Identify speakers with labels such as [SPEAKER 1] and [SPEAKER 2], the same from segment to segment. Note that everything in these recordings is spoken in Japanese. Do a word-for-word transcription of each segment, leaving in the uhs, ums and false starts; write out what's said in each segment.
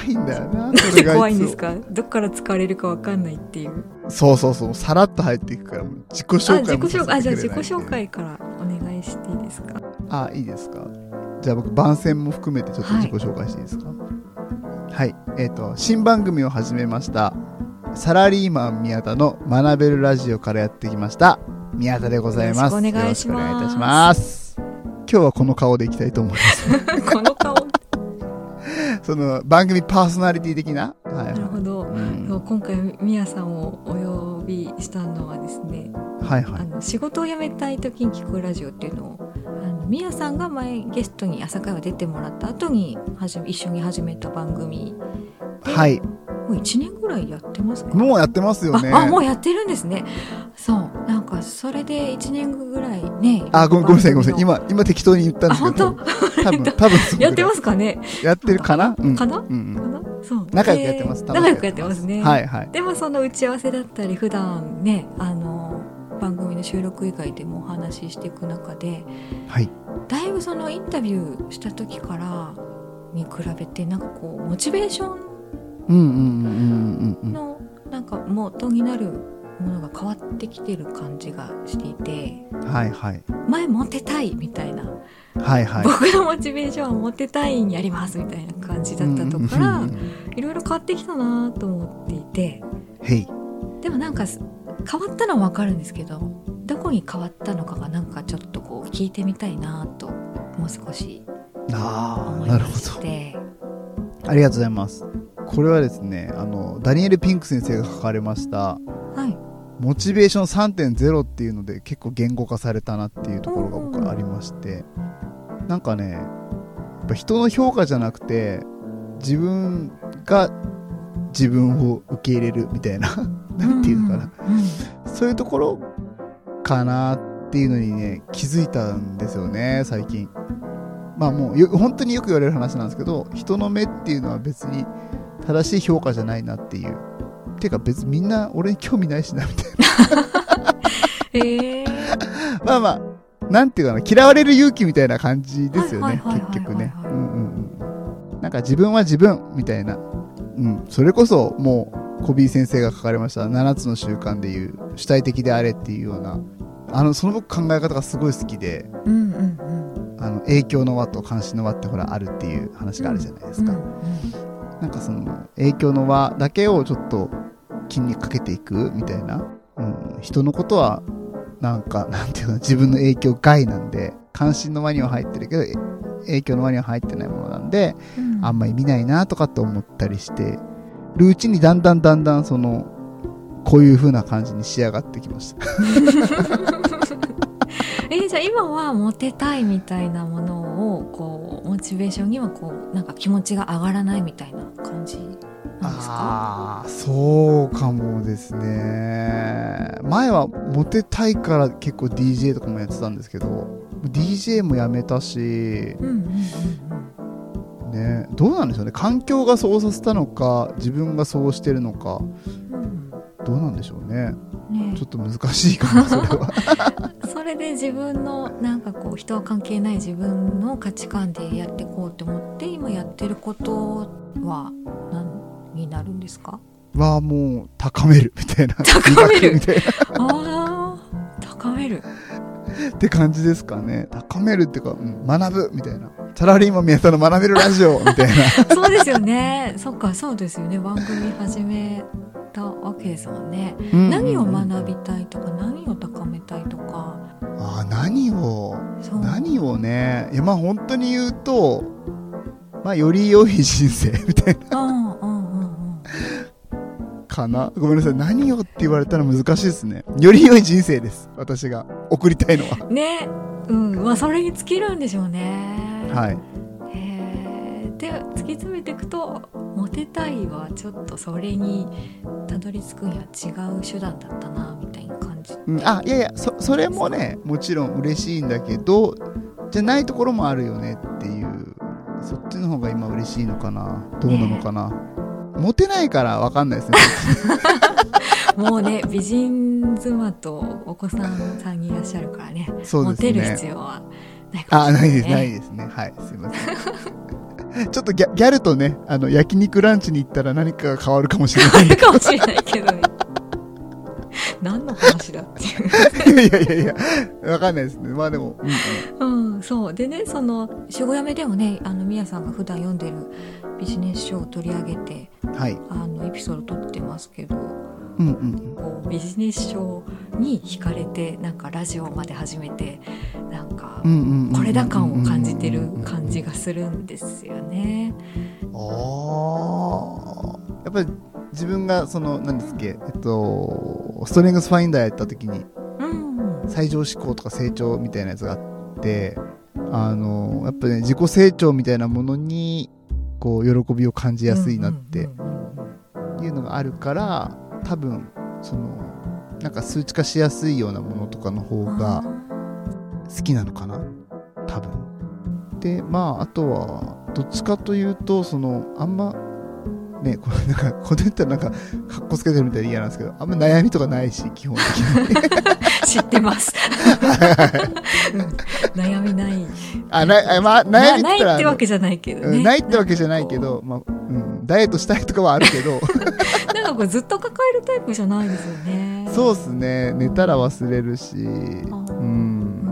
[SPEAKER 1] 怖いんだよな。それが
[SPEAKER 2] 怖いんですか？どっから使われるか分かんないっていう。
[SPEAKER 1] そうそうそう、さらっと入っていくからもう自己紹介もさせてくれない。あ、自己紹介、
[SPEAKER 2] あ、じゃあ自己紹介からお願いしていいですか？
[SPEAKER 1] あ、いいですか。じゃあ僕番宣も含めてちょっと自己紹介していいですか？はい、はい、えっと新番組を始めましたサラリーマン宮田の学べるラジオからやってきました宮田でございます。
[SPEAKER 2] よろしくお願いします。
[SPEAKER 1] よろしくお願いいたします。今日はこの顔でいきたいと思います
[SPEAKER 2] この顔
[SPEAKER 1] その番組パーソナリティ的な、はい、
[SPEAKER 2] なるほど、うん、今回宮さんをお呼びしたのはですね、
[SPEAKER 1] はいはい、
[SPEAKER 2] あの仕事を辞めたい時に聞くラジオっていうのをあの宮さんが前ゲストに朝会話出てもらった後にはじ一緒に始めた番組で、
[SPEAKER 1] はい、
[SPEAKER 2] もういちねんぐらいやってますか？
[SPEAKER 1] もうやってますよね。
[SPEAKER 2] ああ、もうやってるんですね。そう、なんかそれでいちねんぐらいね。
[SPEAKER 1] あ、ごめんごめんなさいごめんなさい、今今適当に言ったんですけど、
[SPEAKER 2] 本当
[SPEAKER 1] 多分多分
[SPEAKER 2] やってますかね。
[SPEAKER 1] やってるかな、うん、
[SPEAKER 2] かな、
[SPEAKER 1] うんうん、
[SPEAKER 2] かな、そう
[SPEAKER 1] 仲良くやってます。
[SPEAKER 2] 仲良くやってますね。
[SPEAKER 1] はいはい。
[SPEAKER 2] でもその打ち合わせだったり普段ね、あの番組の収録以外でもお話ししていく中で、
[SPEAKER 1] はい、
[SPEAKER 2] だいぶそのインタビューした時からに比べてなんかこうモチベーションのなんか元になるものが変わってきてる感じがしていて、
[SPEAKER 1] はいはい、
[SPEAKER 2] 前モテたいみたいな、
[SPEAKER 1] はいはい、
[SPEAKER 2] 僕のモチベーションはモテたいにやりますみたいな感じだったとこから、いろいろ変わってきたなと思っていて、
[SPEAKER 1] へい、
[SPEAKER 2] でもなんか変わったのは分かるんですけど、どこに変わったのかがなんかちょっとこう聞いてみたいなともう少し思いまして。
[SPEAKER 1] ありがとうございます。これはですね、あのダニエル・ピンク先生が書かれました、はい、モチベーション さんてんゼロ っていうので結構言語化されたなっていうところが僕はありまして、なんかね、やっぱ人の評価じゃなくて自分が自分を受け入れるみたいななんていうのかな、うんうん、そういうところかなっていうのにね気づいたんですよね最近。まあもうよ本当によく言われる話なんですけど、人の目っていうのは別に正しい評価じゃないなっていう、てか別にみんな俺に興味ないしなみたいなえー、まあまあなんていうかな、嫌われる勇気みたいな感じですよね結局ね。なんか自分は自分みたいな、うん、それこそもうコビー先生が書かれましたななつの習慣でいう主体的であれっていうような、あのその僕考え方がすごい好きで、うんうんうん、あの影響の輪と関心の輪ってほらあるっていう話があるじゃないですか、うんうんうん、なんかその影響の輪だけをちょっと気にかけていくみたいな、うん、人のことはなんかなんていうの、自分の影響外なんで、関心の輪には入ってるけど影響の輪には入ってないものなんで、うん、あんまり見ないなとかって思ったりしてるうちにだんだんだんだんそのこういう風な感じに仕上がってきました
[SPEAKER 2] えー、じゃあ今はモテたいみたいなものをこうモチベーションにはこうなんか気持ちが上がらないみたいな感じなんですか？
[SPEAKER 1] ああ、そうかもですね。前はモテたいから結構 ディージェー とかもやってたんですけど ディージェー もやめたし、うんうんうんうん、ね、どうなんでしょうね。環境がそうさせたのか自分がそうしてるのか、うん、どうなんでしょうね。ね、ちょっと難しいかもそれは
[SPEAKER 2] それで自分のなんかこう人は関係ない自分の価値観でやっていこうと思って今やってることは何になるんですか？
[SPEAKER 1] はもう高めるみたいな、
[SPEAKER 2] 高める
[SPEAKER 1] みたいな
[SPEAKER 2] あ高める
[SPEAKER 1] って感じですかね。高めるっていうか、うん、学ぶみたいな、サラリーマン宮田の学べるラジオみたいな
[SPEAKER 2] そうですよね。そっか、そうですよね。番組始めたわけですもんね、うんうんうん、何を学びたいとか何を高めたいとか、
[SPEAKER 1] あ、何を何をね、いや、まあ本当に言うと、まあより良い人生みたいな、うんうんうんうん、かな。ごめんなさい、何をって言われたら難しいですね。より良い人生です、私が送りたいのは
[SPEAKER 2] ね。うん、まあそれに尽きるんでしょうね。
[SPEAKER 1] はい。
[SPEAKER 2] えー、で突き詰めていくとモテたいはちょっとそれにたどり着くには違う手段だったなみたいな感じ、
[SPEAKER 1] うん、あ、いやいや、 そ, それもねもちろん嬉しいんだけどじゃないところもあるよねっていう、そっちの方が今嬉しいのかな、どうなのかな、ね、モテないから分かんないですね
[SPEAKER 2] もうね、美人妻とお子さんさんにいらっしゃるからね、そうですね、モテる必要はないかもしれない、ね、
[SPEAKER 1] あ、ないですないですね、はい、すいませんちょっとギ ャ, ギャルとね、あの焼肉ランチに行ったら何かが変わるかもしれない。
[SPEAKER 2] 変わるかもしれないけどね。何の話だっていう。
[SPEAKER 1] いやいやいや、わかんないですね。まあでも、
[SPEAKER 2] うん、うん、そうでね、そのしごやめでもね、あのみやさんが普段読んでるビジネス書を取り上げて、はい、あのエピソード撮ってますけど、うんうん、こうビジネス書に惹かれてなんかラジオまで始めてなんかこれだ感を感じてる感じがするんですよね。
[SPEAKER 1] ああ、やっぱり自分がその何ですっけ、えっとストレングスファインダーやった時に、うん、最上志向とか成長みたいなやつがあって、あのやっぱね自己成長みたいなものにこう喜びを感じやすいなっていうのがあるから、多分そのなんか数値化しやすいようなものとかの方が好きなのかな、多分。でまああとはどっちかというとそのあんまね、これなんかこれ言ったらなんかカッコつけてるみたいで嫌なんですけど、あんま悩みとかないし基本的に
[SPEAKER 2] 知ってます悩みない
[SPEAKER 1] あな、まあ、悩みって
[SPEAKER 2] ないってわけじゃないけどね、
[SPEAKER 1] ないってわけじゃないけど、まあうん、ダイエットしたいとかはあるけど
[SPEAKER 2] なんかこれずっと抱えるタイプじゃないですよね。
[SPEAKER 1] そうですね、寝たら忘れるし、うん、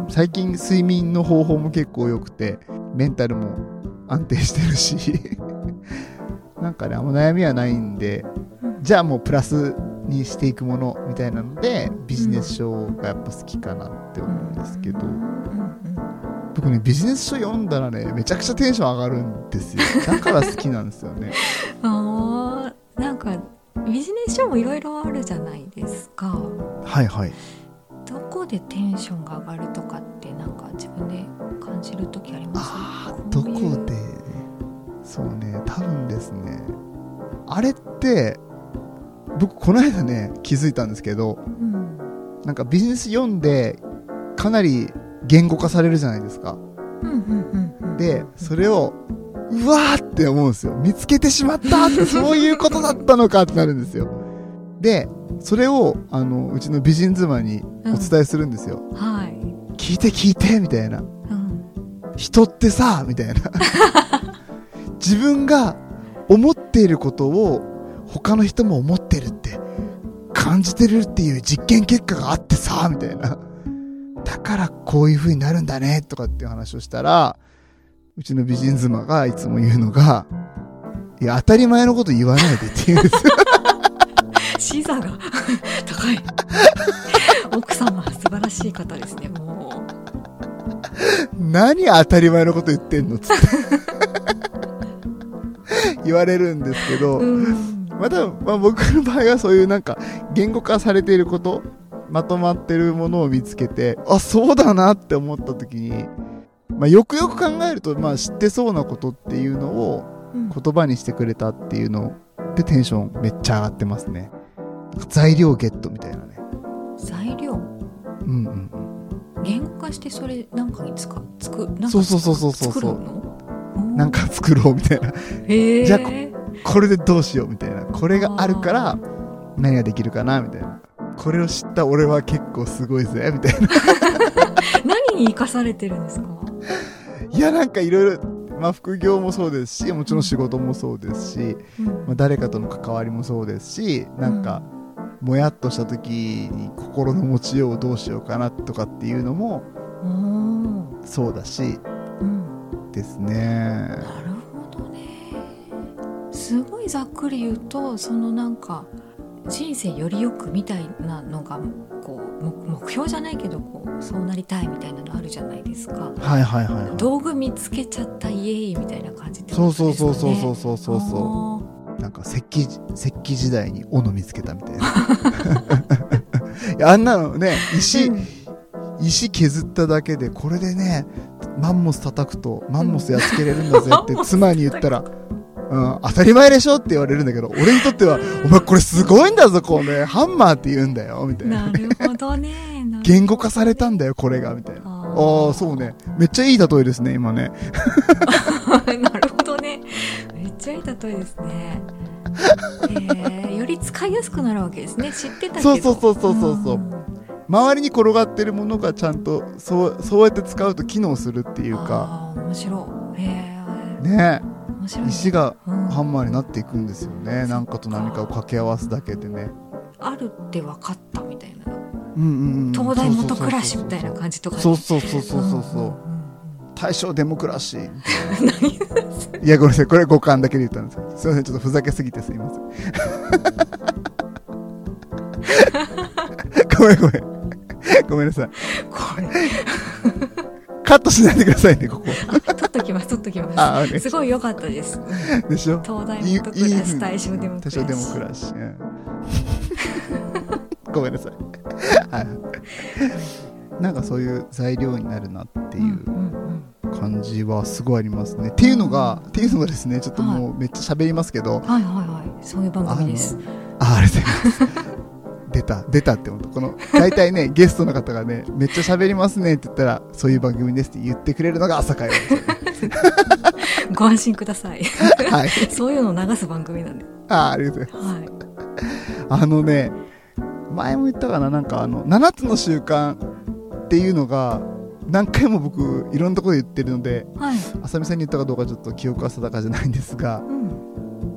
[SPEAKER 1] 最近睡眠の方法も結構良くてメンタルも安定してるしなんかね、あんま悩みはないんで、じゃあもうプラスにしていくものみたいなのでビジネス書がやっぱ好きかなって思うんですけど、僕ねビジネス書読んだらねめちゃくちゃテンション上がるんですよ。だから好きなんですよね
[SPEAKER 2] あー、なんかビジネス書もいろいろあるじゃないですか。
[SPEAKER 1] はいはい。
[SPEAKER 2] どこでテンションが上がるとかってなんか自分で感じるときあります？
[SPEAKER 1] あー、どこで？そうね、多分ですね、あれって僕この間ね気づいたんですけど、うん、なんかビジネス読んでかなり言語化されるじゃないですか、うんうんうんうん、でそれをうわーって思うんですよ。見つけてしまったってそういうことだったのかってなるんですよ。でそれをあのうちの美人妻にお伝えするんですよ、うん、はい、聞いて聞いてみたいな、うん、人ってさみたいな自分が思っていることを他の人も思ってるって感じてるっていう実験結果があってさみたいな、だからこういう風になるんだねとかっていう話をしたら、うちの美人妻がいつも言うのが、いや当たり前のこと言わないでって言うんですよ
[SPEAKER 2] 視座が高い奥様素晴らしい方ですね。も
[SPEAKER 1] う何当たり前のこと言ってんのつって言われるんですけど、うん、また、まあ、僕の場合はそういうなんか言語化されていること、まとまってるものを見つけて、あ、そうだなって思った時に、まあ、よくよく考えると、まあ、知ってそうなことっていうのを言葉にしてくれたっていうのでテンションめっちゃ上がってますね。材料ゲットみたいなね。
[SPEAKER 2] 材料？
[SPEAKER 1] うんうんうん。
[SPEAKER 2] 言語化してそれなんかに使う、つく、なんか
[SPEAKER 1] そうそうそうそうそう。
[SPEAKER 2] 作るの？
[SPEAKER 1] なんか作ろうみたいな。
[SPEAKER 2] へ
[SPEAKER 1] じゃあ こ, これでどうしようみたいな。これがあるから何ができるかなみたいな。これを知った俺は結構すごいぜみたいな。
[SPEAKER 2] 何に生かされてるんですか？
[SPEAKER 1] いやなんかいろいろ、まあ副業もそうですし、もちろん仕事もそうですし、うんまあ、誰かとの関わりもそうですし、なんか、うん、もやっとした時に心の持ちようをどうしようかなとかっていうのもそうだし、うん、ですね。
[SPEAKER 2] なるほどね。すごいざっくり言うと、そのなんか人生よりよくみたいなのがこう目標じゃないけどこうそうなりたいみたいなのあるじゃないですか。
[SPEAKER 1] はいはいはい、はい、
[SPEAKER 2] 道具見つけちゃったイエーイみたいな感じってことですかね。
[SPEAKER 1] そうそうそうそうそうそうそうなんか石器石器時代に斧見つけたみたいな。いやあんなのね石、うん、石削っただけでこれでねマンモス叩くとマンモスやっつけれるんだぜって妻に言ったら。うん、当たり前でしょって言われるんだけど、俺にとってはお前これすごいんだぞこれハンマーって言うんだよみたいな、ね、
[SPEAKER 2] なるほどね
[SPEAKER 1] 言語化されたんだよこれがみたいな。ああそうね、めっちゃいい例えですね今ね。
[SPEAKER 2] なるほどね、めっちゃいい例えですね。えー、より使いやすくなるわけですね。知ってたけど
[SPEAKER 1] そうそうそうそうそうそう、うん、周りに転がってるものがちゃんとそうそうやって使うと機能するっていうか。
[SPEAKER 2] あ面白い。へ
[SPEAKER 1] ーねえ
[SPEAKER 2] ね、
[SPEAKER 1] 石がハンマーになっていくんですよね、うん、なんかと何かを掛け合わすだけでね。
[SPEAKER 2] あるって分かったみたいな、
[SPEAKER 1] うんうんうん、
[SPEAKER 2] 東大元暮らしみたいな感じとか、ね、
[SPEAKER 1] そうそうそうそうそうそう、うんうん、大正デモクラシーいやごめんなさい、これ五感だけで言ったんですけど、すいません、ちょっとふざけすぎてすいませんごめんごめんごめんなさい、これカットしないでくださいね、ここ
[SPEAKER 2] あ取っときます取っときます。すごい良かったです
[SPEAKER 1] でしょ。
[SPEAKER 2] 東大元暮らし、大正デモクラシ、
[SPEAKER 1] 大正デモクラシ、うん、ごめんなさいなんかそういう材料になるなっていう感じはすごいありますね、うんうん、っていうのがっていうのがですね、ちょっともうめっちゃ喋りますけど、
[SPEAKER 2] はい、はいはいはいそういう番組です。
[SPEAKER 1] あありがとうございます出た出たって思った。この大体ねゲストの方がねめっちゃ喋りますねって言ったらそういう番組ですって言ってくれるのが朝会話ですよね
[SPEAKER 2] ご安心ください、
[SPEAKER 1] はい、
[SPEAKER 2] そういうのを流す番組なんで。
[SPEAKER 1] ああありがとうございます、はい、あのね前も言ったかな、なんかあのななつの習慣っていうのが何回も僕いろんなところで言ってるので、はい、浅見さんに言ったかどうかちょっと記憶は定かじゃないんですが、うん、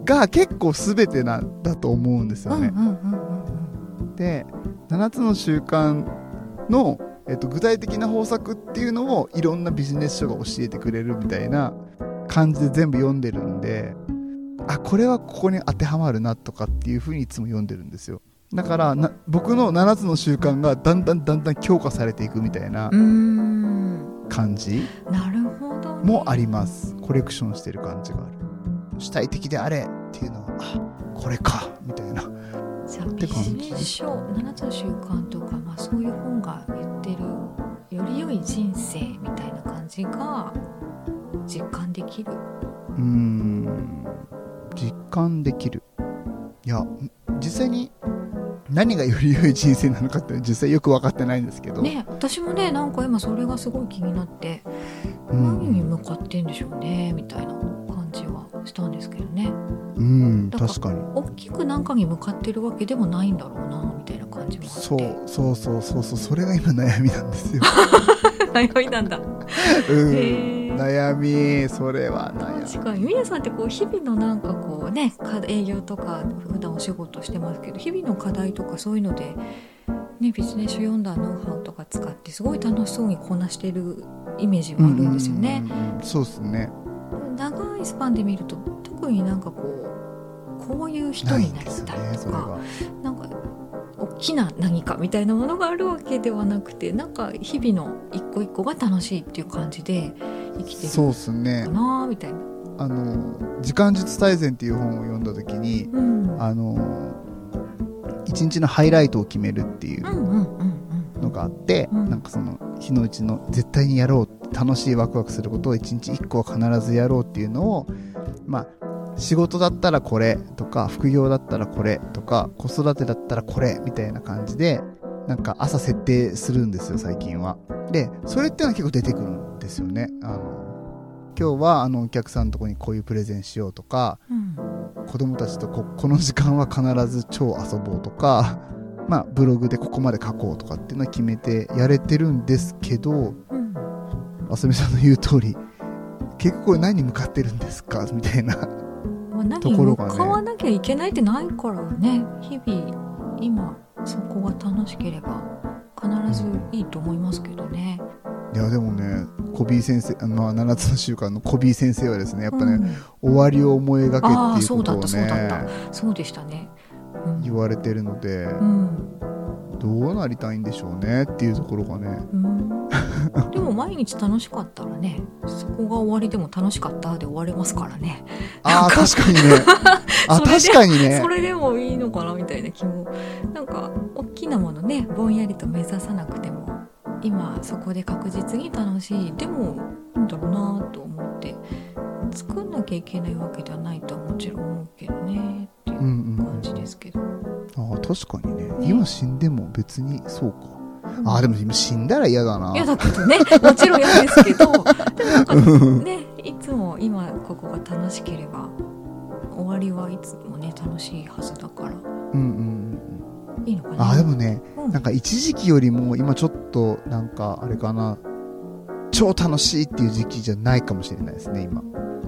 [SPEAKER 1] が結構全てなんだと思うんですよね、うんうんうんうん、でななつの習慣の、えっと、具体的な方策っていうのをいろんなビジネス書が教えてくれるみたいな感じで全部読んでるんで、あこれはここに当てはまるなとかっていう風にいつも読んでるんですよ。だからな僕のななつの習慣がだんだんだんだん強化されていくみたいな感じもあります。コレクションしてる感じがある。主体的であれっていうのはあこれかみたいな。
[SPEAKER 2] じゃあビジネス書ななつの習慣とか、まあ、そういう本が言ってるより良い人生みたいな感じが実感できる。
[SPEAKER 1] うーん実感できる。いや実際に何がより良い人生なのかって実際よく分かってないんですけど
[SPEAKER 2] ね、私もねなんか今それがすごい気になって、うん、何に向かってんでしょうねみたいな感じはしたんですけどね。
[SPEAKER 1] うん確かに
[SPEAKER 2] 大きく何かに向かってるわけでもないんだろうなみたいな感じもあって、
[SPEAKER 1] そうそうそうそうそうそれが今悩みなんですよ
[SPEAKER 2] 悩みなんだ
[SPEAKER 1] うん悩み、それは悩み。
[SPEAKER 2] 確かに皆さんってこう日々のなんかこうね営業とか普段お仕事してますけど日々の課題とかそういうので、ね、ビジネス書読んだノウハウとか使ってすごい楽しそうにこなしてるイメージはあるんですよね。
[SPEAKER 1] うんうんうん、そうですね。
[SPEAKER 2] 長いスパンで見ると特になんかこうこういう人になりたいとか、な, なんか大きな何かみたいなものがあるわけではなくて、なんか日々の一個一個が楽しいっていう感じで生きてるかなみたいな。
[SPEAKER 1] あの時間術大全っていう本を読んだ時に、うん、あの一日のハイライトを決めるっていうのがあって、うんうんうんうん、なんかその日のうちの絶対にやろう楽しいワクワクすることを一日一個は必ずやろうっていうのを、まあ仕事だったらこれとか副業だったらこれとか子育てだったらこれみたいな感じでなんか朝設定するんですよ最近は。でそれってのは結構出てくるんですよね。あの今日はあのお客さんのところにこういうプレゼンしようとか、うん、子供たちと こ, この時間は必ず超遊ぼうとか、まあ、ブログでここまで書こうとかっていうのは決めてやれてるんですけど、うん、あさみさんの言う通り結局これ何に向かってるんですかみたいなところがね、
[SPEAKER 2] 何に向かわなきゃいけないってないからね。日々今そこが楽しければ必ずいいと思いますけどね。
[SPEAKER 1] いやでもねコビー先生、まあ、ななつの習慣のコビー先生はですねやっぱね、うん、終わりを思い描けっていうことをね、
[SPEAKER 2] そうだったそうだったそうでしたね、
[SPEAKER 1] うん、言われてるので、うん、どうなりたいんでしょうねっていうところがね、うん、
[SPEAKER 2] でも毎日楽しかったらねそこが終わりでも楽しかったで終われますからね。
[SPEAKER 1] あー確かにねあ確かにね
[SPEAKER 2] それでもいいのかなみたいな気も。なんか大きなものねぼんやりと目指さなくても今そこで確実に楽しいでもいいんだろうなと思って作んなきゃいけないわけではないとはもちろん思うけどねっていう感じですけど、うんうん、
[SPEAKER 1] あ確かに ね, ね今死んでも別にそうか、うん、あでも今死んだら嫌だな。
[SPEAKER 2] 嫌だけどねもちろん嫌ですけどでもなんかねいつも今ここが楽しければ終わりはいつもね楽しいはずだから、うんうんいいのかな。
[SPEAKER 1] あでもね、うん、なんか一時期よりも今ちょっとなんかあれかな超楽しいっていう時期じゃないかもしれないですね今。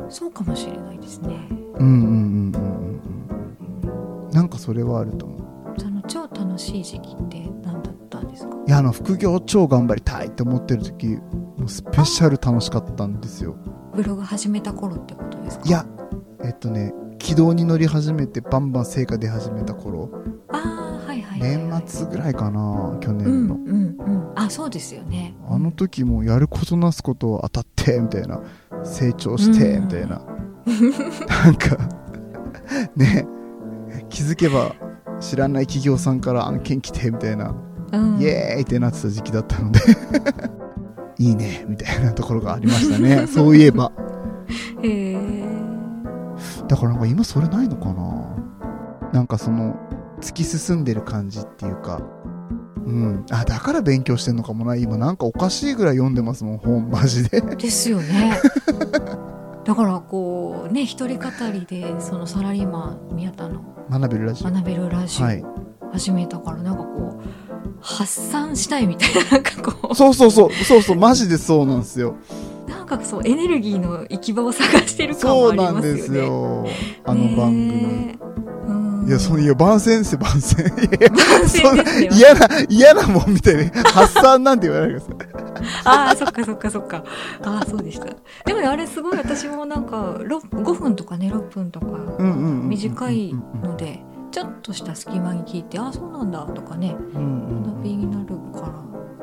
[SPEAKER 2] そうかもしれないですね。
[SPEAKER 1] うんうんうんうんうん。なんかそれはあると思う。
[SPEAKER 2] その超楽しい時期って何だったんですか？
[SPEAKER 1] いや、あの副業超頑張りたいって思ってる時、もうスペシャル楽しかったんですよ。
[SPEAKER 2] ブログ始めた頃ってことですか？
[SPEAKER 1] いや、えっとね、軌道に乗り始めてバンバン成果出始めた頃。
[SPEAKER 2] ああ、はいはいはい、はい、
[SPEAKER 1] 年末ぐらいかな、去年の。
[SPEAKER 2] うんうんうん。あ、そうですよね。
[SPEAKER 1] あの時もやることなすことを当たってみたいな、成長してみたいな、なんかね、気づけば知らない企業さんから案件来てみたいな、うん、イエーイってなってた時期だったのでいいねみたいなところがありましたね。そういえば。
[SPEAKER 2] へえ。
[SPEAKER 1] だからなんか今それないのかな。なんかその突き進んでる感じっていうか、うん、あ、だから勉強してんのかもな。今なんかおかしいぐらい読んでますもん、本マジで。
[SPEAKER 2] ですよね。だからこうね、一人語りでそのサラリーマン宮田の
[SPEAKER 1] 学べるラジオ
[SPEAKER 2] 学べるラジオ始めたから、なんかこう発散したいみたいな、なんかこう
[SPEAKER 1] そうそうそうそうそう、マジでそうなんですよ。
[SPEAKER 2] なんかそうエネルギーの行き場を探してる感もありますよね。そうなんですよ、
[SPEAKER 1] あの番組。いや、そのいや番宣ですよ、番宣。いや
[SPEAKER 2] 番宣ですよ。
[SPEAKER 1] 嫌な嫌なもんみたいな発散なんて言わないでください。
[SPEAKER 2] ああ、そっかそっかそっか。ああ、そうでした。でも、ね、あれすごい、私もなんかごふんとかね、ろっぷんとか短いのでちょっとした隙間に聞いて、ああそうなんだとかね、学びになるから。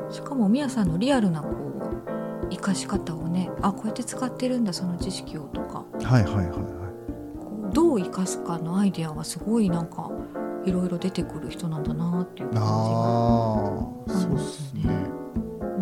[SPEAKER 2] しかもみやさんのリアルなこう生かし方をね、あ、こうやって使ってるんだその知識をとか、
[SPEAKER 1] はいはいはいはい、
[SPEAKER 2] どう生かすかのアイデアはすごいなんかいろいろ出てくる人なんだなっていう感じが。
[SPEAKER 1] ああ、そうっすね、うん、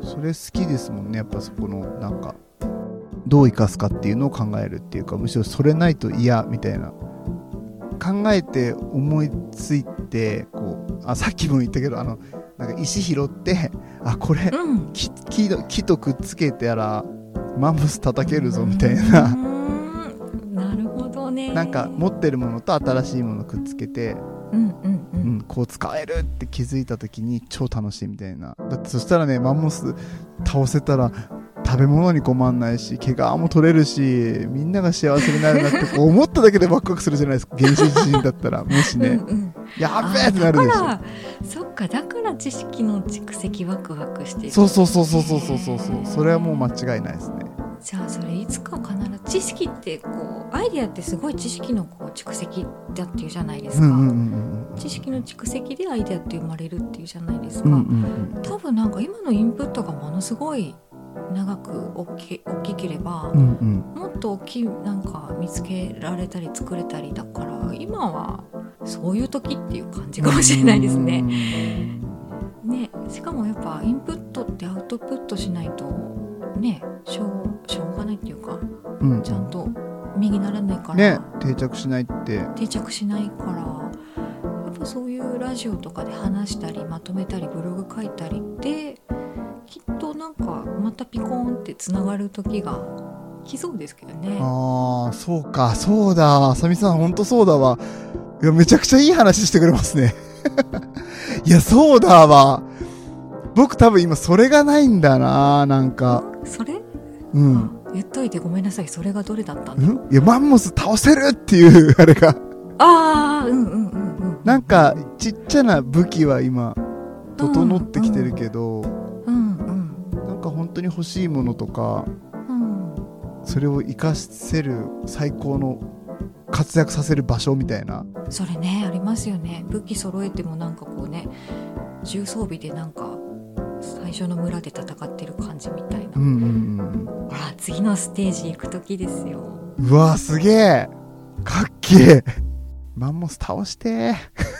[SPEAKER 1] それ好きですもんね。やっぱそこのなんかどう生かすかっていうのを考えるっていうか、むしろそれないと嫌みたいな、考えて思いついてこう、あ、さっきも言ったけど、あのなんか石拾って、あ、これ、うん、木, 木, 木とくっつけてやらマンモス叩けるぞみたいな。
[SPEAKER 2] なるほどね。
[SPEAKER 1] なんか持ってるものと新しいものをくっつけて、うんうんうんうん、こう使えるって気づいた時に超楽しいみたいな。だってそしたらね、マンモス倒せたら食べ物に困んないし、毛皮も取れるし、みんなが幸せになるなってこう思っただけでワクワクするじゃないですか。原始人だったらもしね、うん、うん、やっべーってなるでしょ。
[SPEAKER 2] だからそっか、だから知識の蓄積ワクワクしてる。
[SPEAKER 1] そうそうそうそうそうそうそうそう、それはもう間違いないですね。
[SPEAKER 2] じゃあそれいつか必ず、知識ってこうアイデアってすごい知識のこう蓄積だっていうじゃないですか、うんうんうんうん、知識の蓄積でアイデアって生まれるっていうじゃないですか、うんうんうん、多分なんか今のインプットがものすごい長く大き、大きければ、うんうん、もっと大きいなんか見つけられたり作れたりだから、今はそういう時っていう感じかもしれないですね。ね、しかもやっぱインプットってアウトプットしないとね、しょう、しょうがないっていうか、うん、ちゃんと身にならないから、
[SPEAKER 1] ね、定着しないって
[SPEAKER 2] 定着しないから、やっぱそういうラジオとかで話したりまとめたりブログ書いたりってきっとなんかまたピコーンってつながる時が来そうですけどね。
[SPEAKER 1] ああ、そうか、そうだ、あさみさん本当そうだわ。いや、めちゃくちゃいい話してくれますねいや、そうだわ。僕多分今それがないんだな、なんか。
[SPEAKER 2] それ？
[SPEAKER 1] うん。
[SPEAKER 2] 言っといてごめんなさい。それがどれだったんだろう。
[SPEAKER 1] いや、マンモス倒せるっていうあれが。
[SPEAKER 2] ああ、うんうんうんうん。
[SPEAKER 1] なんかちっちゃな武器は今整ってきてるけど、うんうんうん、なんか本当に欲しいものとか、うん、それを活かせる最高の活躍させる場所みたいな。
[SPEAKER 2] それね、ありますよね。武器揃えてもなんかこうね、重装備でなんか最初の村で戦ってる感じみたいな、うんうんうん、ほら次のステージ行く時ですよ。
[SPEAKER 1] うわー、すげえかっけえ。マンモス倒して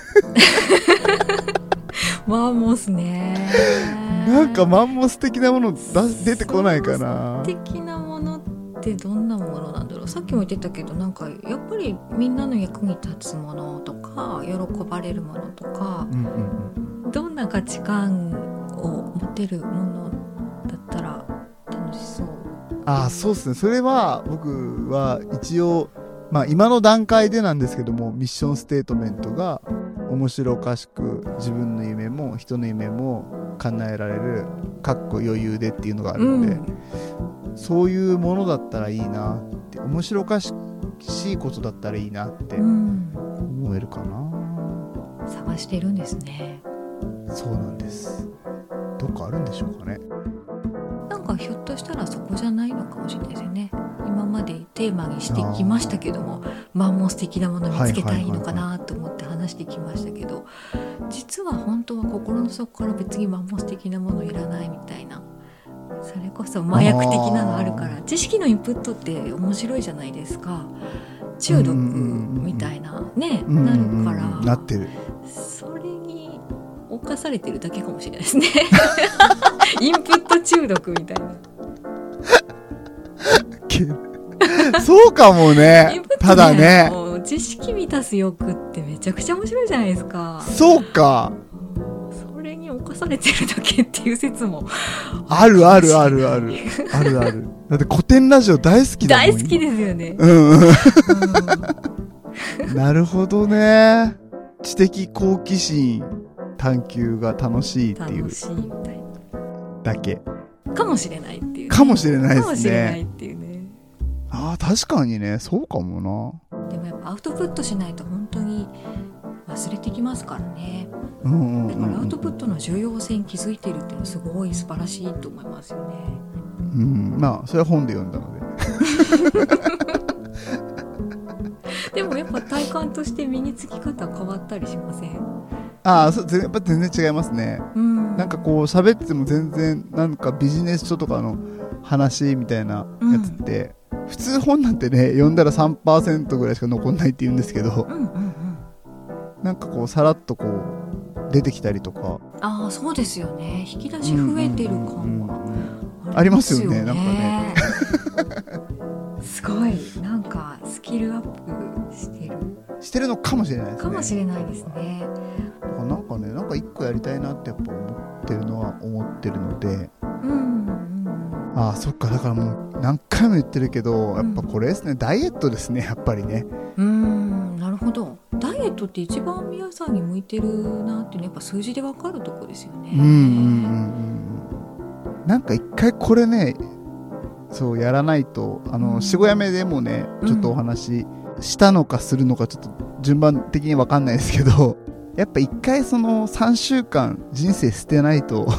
[SPEAKER 2] マンモスね。
[SPEAKER 1] なんかマンモス的なもの出てこないかな。
[SPEAKER 2] 的なものってどんなものなんだろう。さっきも言ってたけど、なんかやっぱりみんなの役に立つものとか喜ばれるものとか、うんうんうん、どんな価値観を持てるものだったら楽しそう。
[SPEAKER 1] ああ、そうですね。それは僕は一応まあ今の段階でなんですけども、ミッションステートメントが面白おかしく自分の夢も人の夢も叶えられるかっこ余裕でっていうのがあるので、うん、そういうものだったらいいなって、面白おかしいことだったらいいなって思えるかな、
[SPEAKER 2] うん、探してるんですね。
[SPEAKER 1] そうなんです。どっかあるんでしょうかね。
[SPEAKER 2] なんかひょっとしたらそこじゃないのかもしれないですよね。今までテーマにしてきましたけども、マンモス的なもの見つけたらいいのかなと思って話してきましたけど、実は本当は心の底から別にマンモス的なものいらないみたいな、それこそ麻薬的なのあるから、知識のインプットって面白いじゃないですか。中毒みたいなね、なるから、
[SPEAKER 1] なってる。
[SPEAKER 2] それに侵されてるだけかもしれないですねインプット中毒みたいな
[SPEAKER 1] そうかもね。ただね、
[SPEAKER 2] もう知識満たす欲ってめちゃくちゃ面白いじゃないですか。
[SPEAKER 1] そうか、
[SPEAKER 2] それに侵されてるだけっていう説も
[SPEAKER 1] あるあるあるあるあるある。だって古典ラジオ大好きだもん。
[SPEAKER 2] 大好きですよね。
[SPEAKER 1] うん、うん、なるほどね。知的好奇心探求が楽しいっていう
[SPEAKER 2] 楽しいみたいな
[SPEAKER 1] だけ
[SPEAKER 2] かもしれないっていう、ね、
[SPEAKER 1] かもしれないですね。
[SPEAKER 2] かもしれないっていうね。
[SPEAKER 1] ああ、確かにね、そうかもな。
[SPEAKER 2] でもやっぱアウトプットしないと本当に忘れてきますからね。
[SPEAKER 1] うんうんうんうん、
[SPEAKER 2] だからアウトプットの重要性に気づいてるっていうのはすごい素晴らしいと思いますよね。
[SPEAKER 1] うん、まあそれは本で読んだの
[SPEAKER 2] ででもやっぱ体感として身につき方変わったりしません？
[SPEAKER 1] ああ、そやっぱ全然違いますね。
[SPEAKER 2] うん、
[SPEAKER 1] なんかこう喋っても全然なんかビジネス書とかの話みたいなやつって、うん、普通本なんてね読んだら さんパーセント ぐらいしか残んないって言うんですけど、うんうんうん、なんかこうさらっとこう出てきたりとか。
[SPEAKER 2] ああ、そうですよね。引き出し増えてる感は
[SPEAKER 1] ありますよね。なんかね
[SPEAKER 2] すごいなんかスキルアップしてる
[SPEAKER 1] してるのかもしれないですね。
[SPEAKER 2] かもしれないですね。
[SPEAKER 1] なんかね、なんか一個やりたいなってやっぱ思ってるのは思ってるので、うんうん、ああ、そっか。だからもう何回も言ってるけど、やっぱこれですね、うん、ダイエットですね、やっぱりね。
[SPEAKER 2] うーん、なるほど。ダイエットって一番皆さんに向いてるなっていうのはやっぱ数字で分かるとこですよね。うんうんうん
[SPEAKER 1] うん。なんか一回これね、そうやらないと、あの、しごやめでもね、ちょっとお話したのかするのかちょっと順番的に分かんないですけど、やっぱ一回そのさんしゅうかん人生捨てないと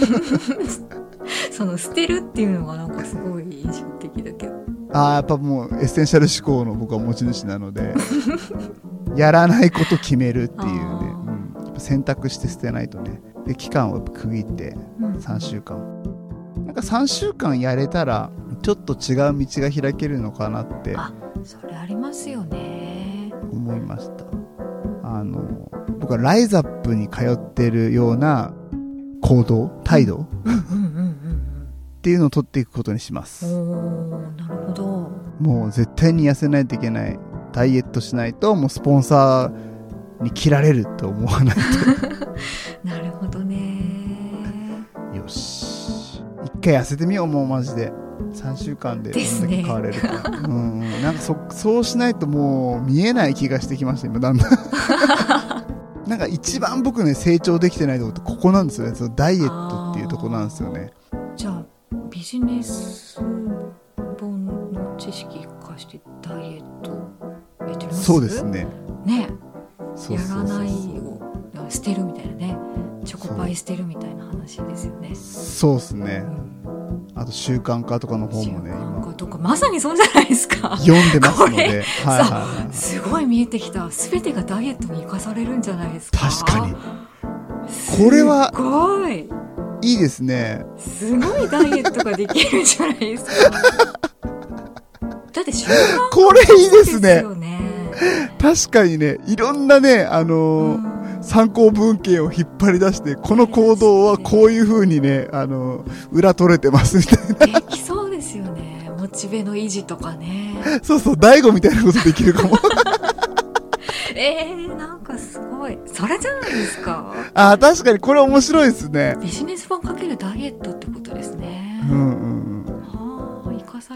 [SPEAKER 2] その捨てるっていうのがなんかすごい印象的だけど、
[SPEAKER 1] ああ、やっぱもうエッセンシャル思考の僕は持ち主なのでやらないこと決めるっていうね、うん、やっぱ選択して捨てないとね。で期間をやっぱ区切ってさんしゅうかん、うん、なんかさんしゅうかんやれたらちょっと違う道が開けるのかなって。
[SPEAKER 2] あ、それありますよね。
[SPEAKER 1] 思いました。あの僕はライズアップに通ってるような行動、態度っていうのを取っていくことにします。
[SPEAKER 2] おー、なるほど。
[SPEAKER 1] もう絶対に痩せないといけない、ダイエットしないともうスポンサーに切られると思わないと
[SPEAKER 2] なるほどね。
[SPEAKER 1] よし、一回痩せてみよう。もうマジでさんしゅうかんでどんだけ変われるか、ね、うん、なんか そ, そうしないともう見えない気がしてきました今だんだんなんか一番僕ね成長できてないところってここなんですよね。そのダイエットっていうところなんですよね。
[SPEAKER 2] じゃあビジネス本の知識化してダイエットやってます？
[SPEAKER 1] そうですね。
[SPEAKER 2] ね、そうそうそうそう、やらないを捨てるみたいなね、チョコパイ捨てるみたいな話ですよね。
[SPEAKER 1] そうですね、うん、あと習慣化とかの本もね、
[SPEAKER 2] 習慣化とかまさにそうじゃないですか。
[SPEAKER 1] 読んでますので、はいはい
[SPEAKER 2] はい、すごい見えてきた。全てがダイエットに生かされるんじゃないですか。
[SPEAKER 1] 確かにこれは
[SPEAKER 2] すごい
[SPEAKER 1] いいですね。
[SPEAKER 2] すごいダイエットができるんじゃないですかだって習慣化
[SPEAKER 1] これいいですね。
[SPEAKER 2] ですよね。
[SPEAKER 1] 確かにね、いろんなね、あのーうん、参考文献を引っ張り出して、この行動はこういう風にね、あのー、裏取れてますみたいな。
[SPEAKER 2] できそうですよね。モチベの維持とかね。
[SPEAKER 1] そうそう、大悟みたいなことできるかも。
[SPEAKER 2] えー、なんかすごい。それじゃないですか。
[SPEAKER 1] あ、確かにこれ面白いですね。
[SPEAKER 2] ビジネス本かけるダイエットってことですね。
[SPEAKER 1] うんうんうん。
[SPEAKER 2] はあ、生かされ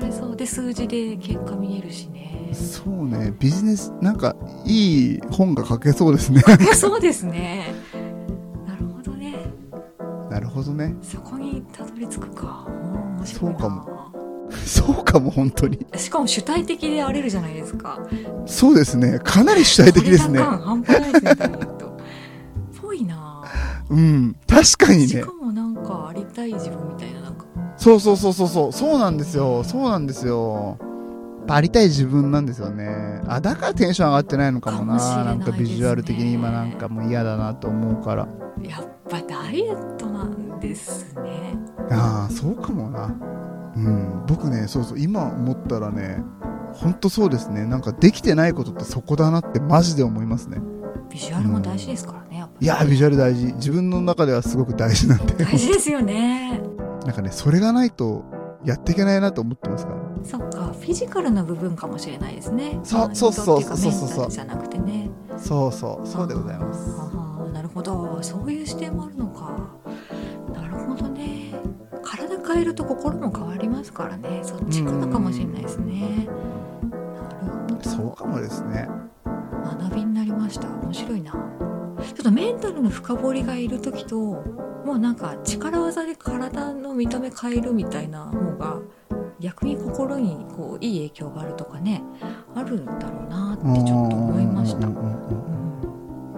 [SPEAKER 2] れそうで数字で結果見えるしね。
[SPEAKER 1] そうね、ビジネスなんかいい本が書けそうですね。
[SPEAKER 2] 書けそうですね。なるほどね。
[SPEAKER 1] なるほどね。
[SPEAKER 2] そこにたどり着くか。面白いな。
[SPEAKER 1] そうかも。そうかも本当に。
[SPEAKER 2] しかも主体的であれるじゃないですか。
[SPEAKER 1] そうですね。かなり主体的ですね。
[SPEAKER 2] 半端ないですね。ダイエット。ぽいな。
[SPEAKER 1] うん、確かにね。
[SPEAKER 2] しかもなんかありたい自分みたいななんか。
[SPEAKER 1] そうそうそうそうそうそうなんですよ。そうなんですよ。ありたい自分なんですよね。あ、だからテンション上がってないのかもな。
[SPEAKER 2] かもしれないですね。
[SPEAKER 1] なんかビジュアル的に今なんかもう嫌だなと思うから。
[SPEAKER 2] やっぱダイエットなんですね。
[SPEAKER 1] ああ、そうかもな。うん、僕ね、そうそう、今思ったらね、本当そうですね。なんかできてないことってそこだなってマジで思いますね。
[SPEAKER 2] ビジュアルも大事ですからね、やっぱり。
[SPEAKER 1] いや、ビジュアル大事。自分の中ではすごく大事なんで。
[SPEAKER 2] 大事ですよね。
[SPEAKER 1] なんかね、それがないとやっていけないなと思ってますから。
[SPEAKER 2] そっか、フィジカルな部分かもしれないですね。
[SPEAKER 1] そうそうそうそうそう
[SPEAKER 2] そう。じゃなくてね。
[SPEAKER 1] そうそう、そうでございます。
[SPEAKER 2] ああ、なるほど。そういう視点もあるのか。なるほどね。体変えると心も変わりますからね。そっち行くのかもしれないですね。なるほど。
[SPEAKER 1] そうかもですね。
[SPEAKER 2] 学びになりました。面白いな。ちょっとメンタルの深掘りがいるときと、もうなんか力技で体の見た目変えるみたいな方が逆に心にこういい影響があるとかね、あるんだろうなってちょっと思いました。うん、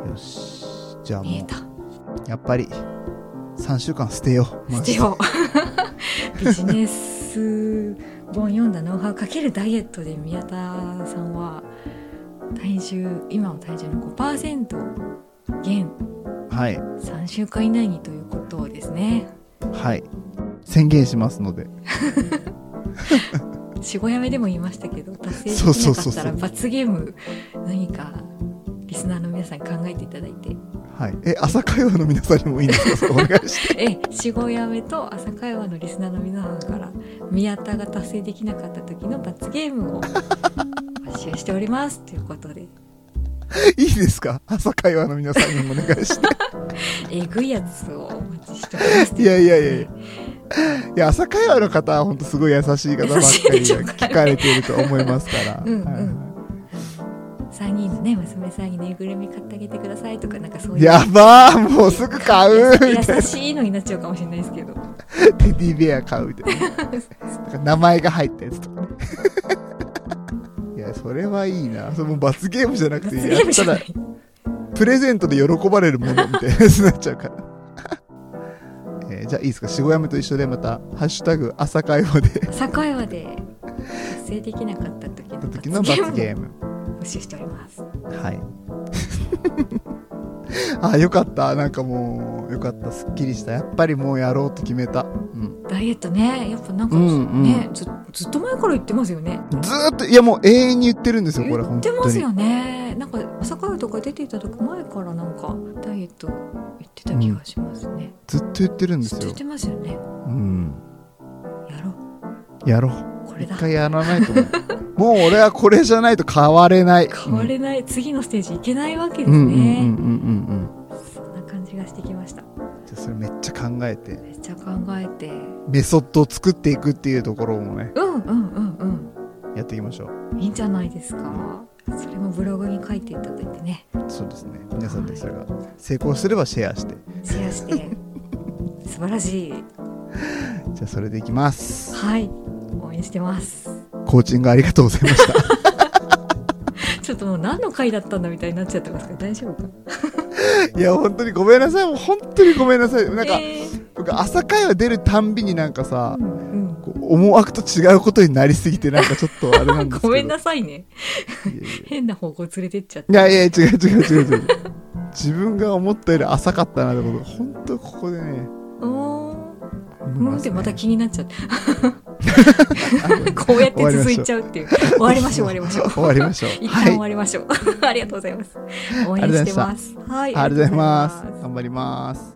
[SPEAKER 1] よし、じゃあもう
[SPEAKER 2] 見えた。
[SPEAKER 1] やっぱりさんしゅうかん捨てよう。
[SPEAKER 2] 捨てよう。ビジネス本読んだノウハウかけるダイエットで宮田さんは体重、今の体重の ごパーセント 減、はい、さんしゅうかん以内にということですね。
[SPEAKER 1] はい、宣言しますので。
[SPEAKER 2] しごやめでも言いましたけど、達成できなかったら罰ゲーム何かリスナーの皆さんに考えていただいて。
[SPEAKER 1] はい、え、朝会話の皆さんにもいいんですか？お願いして。
[SPEAKER 2] え、しごやめと朝会話のリスナーの皆さんから宮田が達成できなかった時の罰ゲームを募集しておりますということで。
[SPEAKER 1] いいですか？朝会話の皆さんにもお願いして。
[SPEAKER 2] えぐいやつをお待ちしております。
[SPEAKER 1] いやいやいやいや。いや、朝会話の方は本当すごい優しい方ばっかりが聞かれていると思いますから。うんうん、はい、
[SPEAKER 2] さんにんのね、娘さんにぬいぐるみ買ってあげてくださいとか、なんかそういう。
[SPEAKER 1] やばー、もうすぐ買うみたいな。
[SPEAKER 2] 優しいのになっちゃうかもしれないですけど。
[SPEAKER 1] テディベア買うみたいな。なんか名前が入ったやつとかね。いや、それはいいな。それも罰ゲームじゃなくて、やったらプレゼントで喜ばれるものみたいなやつになっちゃうから。えー、じゃあいいですか、しごやめと一緒でまたハッシュタグ朝会話で
[SPEAKER 2] 朝会話で達成できなかった時の罰ゲーム募集しております。
[SPEAKER 1] はい。あ、よかった。なんかもうよかった、すっきりした。やっぱりもうやろうと決めた、うん、
[SPEAKER 2] ダイエットね。やっぱなんかね、うんうん、ず, ずっと前から言ってますよね。
[SPEAKER 1] ずーっと、いやもう永遠に言ってるんですよ、これ。
[SPEAKER 2] 言ってますよね。なんか朝会話とか出ていただく前からなんかダイエット言ってた気がしますね、
[SPEAKER 1] うん、ずっと言ってるんですよ。
[SPEAKER 2] ずっと言ってますよね。
[SPEAKER 1] うん、
[SPEAKER 2] やろ
[SPEAKER 1] うやろう。
[SPEAKER 2] これだ。
[SPEAKER 1] 一回やらないと思う。もう俺はこれじゃないと変われない。
[SPEAKER 2] 変われない、うん、次のステージいけないわけですね。うんうんうんうんうん。そんな感じがしてきました。
[SPEAKER 1] じゃあそれめっちゃ考えて。
[SPEAKER 2] めっちゃ考えて。
[SPEAKER 1] メソッドを作っていくっていうところもね。
[SPEAKER 2] うんうんうんうん。
[SPEAKER 1] やっていきましょう。
[SPEAKER 2] いいんじゃないですか。それもブログに書いていただいてね。
[SPEAKER 1] そうですね。皆さんでそれが成功すればシェアして。
[SPEAKER 2] シェアして。素晴らしい。
[SPEAKER 1] じゃあそれでいきます。
[SPEAKER 2] はい。応援してます。
[SPEAKER 1] コーチングありがとうございました。
[SPEAKER 2] ちょっともう何の回だったんだみたいになっちゃってますけど大丈夫か。
[SPEAKER 1] いや本当にごめんなさい。もう本当にごめんなさい。なんか、えー、僕朝会話出るたんびになんかさ、うんうん、こう思惑と違うことになりすぎてなんかちょっとあれなんですけど。
[SPEAKER 2] ごめんなさいね。いやいや変な方向連れてっちゃって。
[SPEAKER 1] いやいや違う違う違う違う。自分が思ったより浅かったなってこと本当ここでね。
[SPEAKER 2] おー。うんってまた気になっちゃって。こうやって続いちゃうっていう。終わりましょう終わりましょう。
[SPEAKER 1] 終わりましょう。
[SPEAKER 2] 一旦終わりましょう。はい、ありがとうございます。応援してます。
[SPEAKER 1] はい、ありがとうございます。頑張ります。